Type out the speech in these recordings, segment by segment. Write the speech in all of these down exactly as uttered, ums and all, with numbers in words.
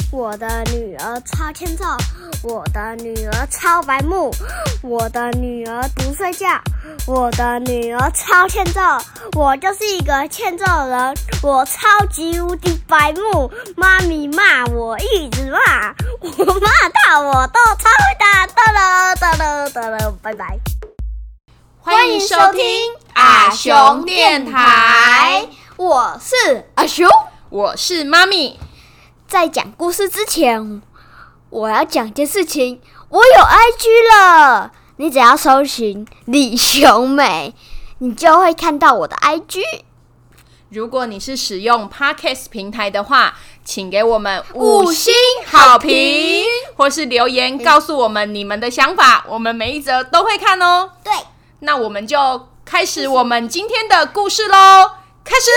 我的女儿超欠揍，我的女儿超白目，我的女儿不睡觉，我的女儿超欠揍，我就是一个欠揍人，我超级无敌白目，妈咪骂我一直骂，我骂到我都超会打，哒了哒了哒了，拜拜。 欢迎收听阿雄电台， 我是阿雄， 我是妈咪。 在讲故事之前，我要讲件事情，我有 I G 了，你只要搜寻李雄美，你就会看到我的 I G。 如果你是使用 Podcast 平台的话，请给我们五星好评，或是留言告诉我们你们的想法，我们每一则都会看哦。 对， 那我们就开始我们今天的故事咯，开始！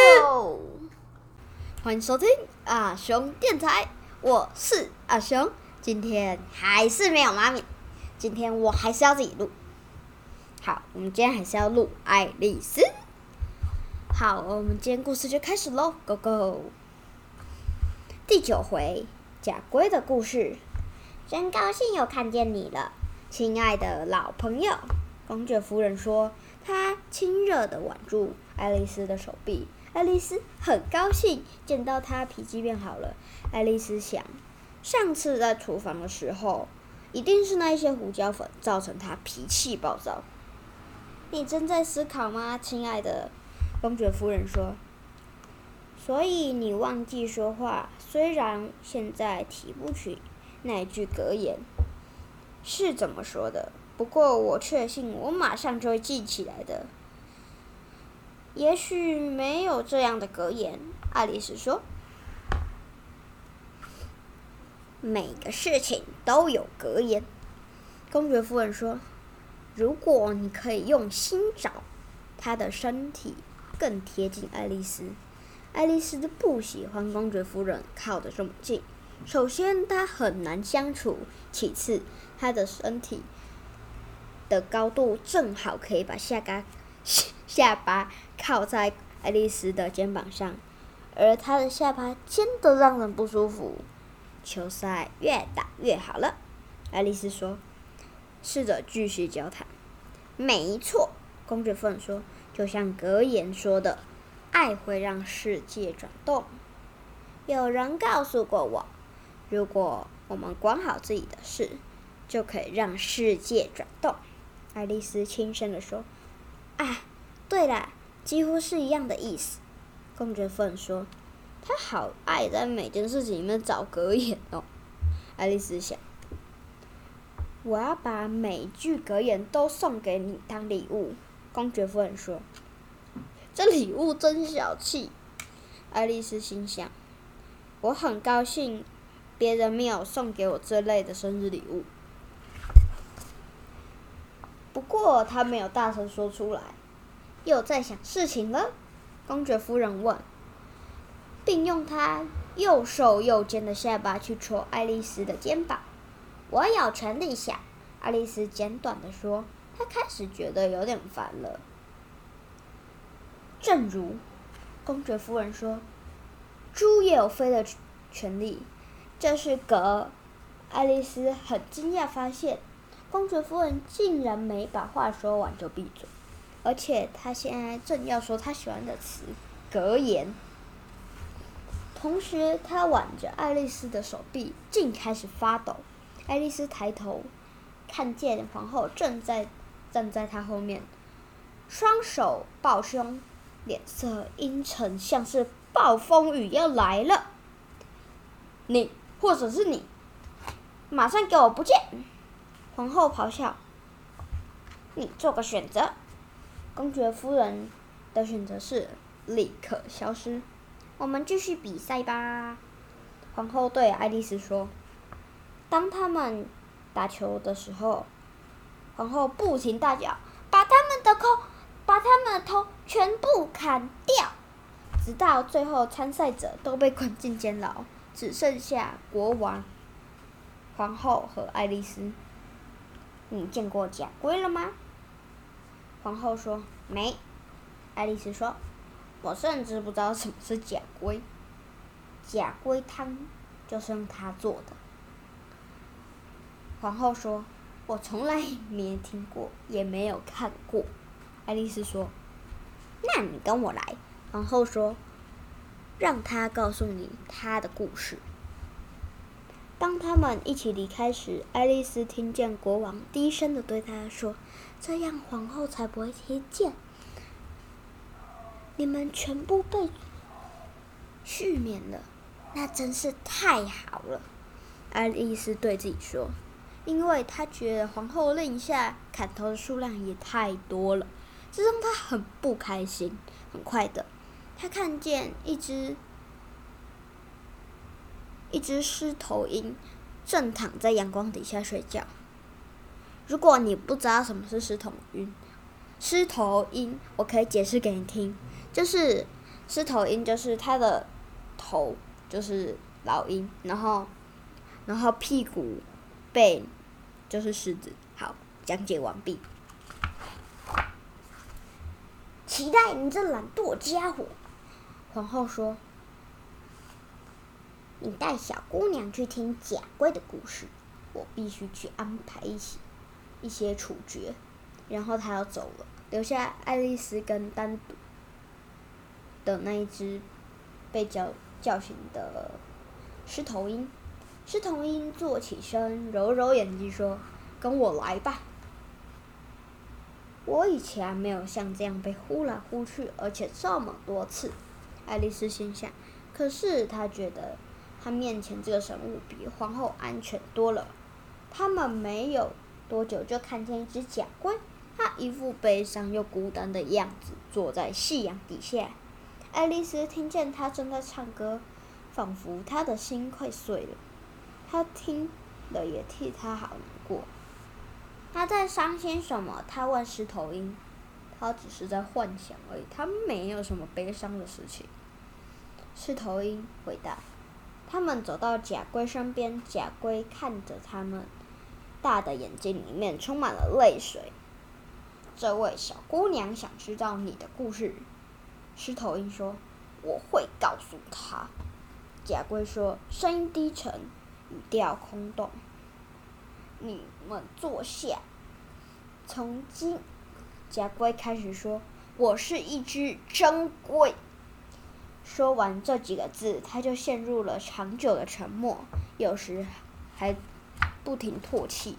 欢迎收听阿雄电台，我是阿雄。今天还是没有妈咪，今天我还是要自己录。好，我们今天还是要录爱丽丝。好，我们今天故事就开始咯 ，Go Go！ 第九回，假龟的故事。真高兴又看见你了，亲爱的老朋友。公爵夫人说，她亲热地挽住爱丽丝的手臂。爱丽丝很高兴见到她脾气变好了。爱丽丝想，上次在厨房的时候，一定是那一些胡椒粉造成她脾气暴躁。你正在思考吗，亲爱的？公爵夫人说。所以你忘记说话，虽然现在提不起那一句格言是怎么说的，不过我确信我马上就会记起来的。也许没有这样的格言，爱丽丝说。每个事情都有格言，公爵夫人说。如果你可以用心找，她的身体更贴近爱丽丝。爱丽丝不喜欢公爵夫人靠得这么近。首先，她很难相处；其次，她的身体的高度正好可以把下巴下巴靠在爱丽丝的肩膀上，而她的下巴尖得让人不舒服。球赛越打越好了，爱丽丝说，试着继续交谈。没错，公爵夫人说，就像格言说的，爱会让世界转动。有人告诉过我，如果我们管好自己的事，就可以让世界转动。爱丽丝轻声地说。啊，对啦，几乎是一样的意思。公爵夫人说，她好爱在每件事情里面找格言哦。爱丽丝想，我要把每句格言都送给你当礼物。公爵夫人说，这礼物真小气。爱丽丝心想，我很高兴别人没有送给我这类的生日礼物。不过她没有大声说出来，又在想事情了。公爵夫人问，并用她又瘦又尖的下巴去戳爱丽丝的肩膀。我有权利想，爱丽丝简短地说，她开始觉得有点烦了。正如公爵夫人说，猪也有飞的权利。这是个爱丽丝很惊讶发现，公爵夫人竟然没把话说完就闭嘴，而且她现在正要说她喜欢的词格言。同时她挽着爱丽丝的手臂竟开始发抖。爱丽丝抬头看见皇后正在站在她后面，双手抱胸，脸色阴沉，像是暴风雨要来了。你或者是你，马上给我不见！皇后咆哮。你做个选择。公爵夫人的选择是立刻消失。我们继续比赛吧。皇后对爱丽丝说。当他们打球的时候，皇后不停大叫，把他们的头把他们的头全部砍掉，直到最后参赛者都被关进监牢，只剩下国王、皇后和爱丽丝。你见过假龟了吗？皇后说没。爱丽丝说，我甚至不知道什么是假龟。假龟汤就是用它做的。皇后说：“我从来没听过，也没有看过。”爱丽丝说：“那你跟我来。”皇后说：“让她告诉你她的故事。”当他们一起离开时，爱丽丝听见国王低声的对她说：“这样皇后才不会听见。你们全部被赦免了，那真是太好了。”爱丽丝对自己说，因为她觉得皇后令下砍头的数量也太多了，这让她很不开心。很快的，她看见一只一只狮头鹰正躺在阳光底下睡觉。如果你不知道什么是狮头鹰，狮头鹰我可以解释给你听，就是狮头鹰就是它的头就是老鹰，然后然后屁股背就是狮子。好，讲解完毕。期待你这懒惰家伙，皇后说。你带小姑娘去听贾贵的故事，我必须去安排一些一些处决。然后他要走了，留下爱丽丝跟单独的那一只被叫叫醒的狮头鹰。狮头鹰坐起身，揉揉眼睛说：“跟我来吧。”我以前没有像这样被呼来呼去，而且这么多次。爱丽丝心想，可是她觉得她面前这个生物比皇后安全多了。他们没有多久就看见一只甲龟，它一副悲伤又孤单的样子，坐在夕阳底下。爱丽丝听见它正在唱歌，仿佛她的心快碎了。她听了也替它好难过。他在伤心什么？他问狮头鹰。他只是在幻想而已，他没有什么悲伤的事情。狮头鹰回答。他们走到甲龟身边，甲龟看着他们，大的眼睛里面充满了泪水。这位小姑娘想知道你的故事。狮头鹰说：“我会告诉她。”甲龟说，声音低沉，语调空洞。你们坐下。从今，甲龟开始说：“我是一只真龟。”说完这几个字，他就陷入了长久的沉默，有时还不停唾弃。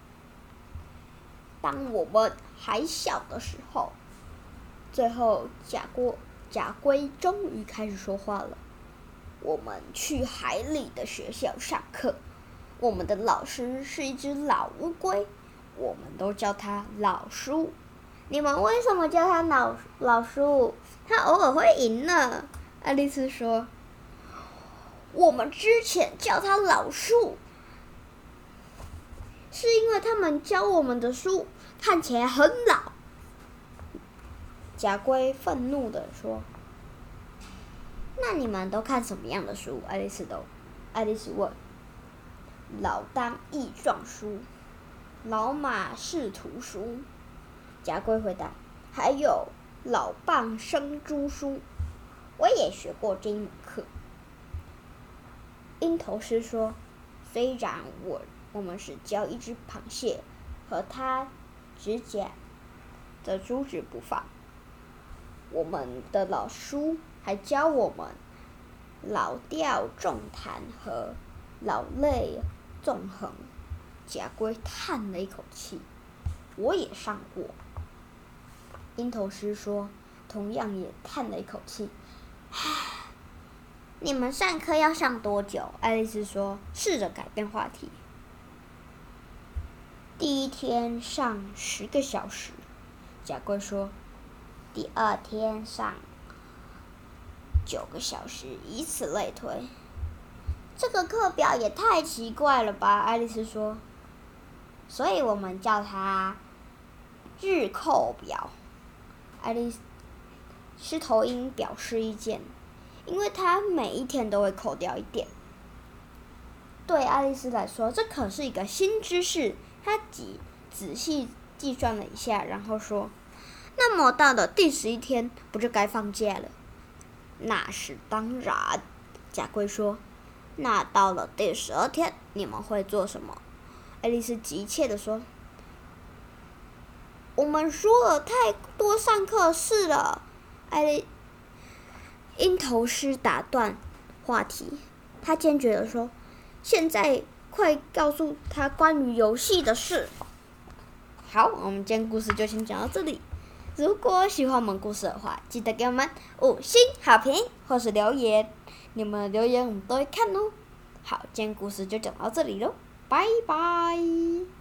当我们还小的时候，最后甲龟甲龟终于开始说话了。我们去海里的学校上课。我们的老师是一只老乌龟，我们都叫他老叔。你们为什么叫他老老叔？他偶尔会赢呢。爱丽丝说：“我们之前叫他老叔，是因为他们教我们的书看起来很老。”甲龟愤怒地说：“那你们都看什么样的书？”爱丽丝都，爱丽丝问。老当益壮书，老马识途书。甲龟回答。还有老蚌生珠书，我也学过这一门课。鹰头狮说：“虽然我我们是教一只螃蟹和它指甲的珠子不放，我们的老叔还教我们老调重弹和老类纵横。”甲龟叹了一口气：“我也上过。”鹰头狮说，同样也叹了一口气：“唉，你们上课要上多久？”爱丽丝说，试着改变话题。第一天上十个小时，甲龟说。第二天上九个小时，以此类推。这个课表也太奇怪了吧？爱丽丝说。所以我们叫它日扣表。爱丽丝狮头鹰表示意见，因为它每一天都会扣掉一点。对爱丽丝来说，这可是一个新知识。她仔仔细计算了一下，然后说：“那么到了第十一天，不就该放假了？”那是当然，甲龟说。 那到了第十二天，你们会做什么？”爱丽丝急切地说：“我们说了太多上课事了。”爱丽鹰头狮打断话题，他坚决地说：“现在快告诉他关于游戏的事。”好，我们今天故事就先讲到这里。如果喜欢我们故事的话，记得给我们五星好评或是留言，你们的留言我们都会看哦。好，今天故事就讲到这里喽，拜拜。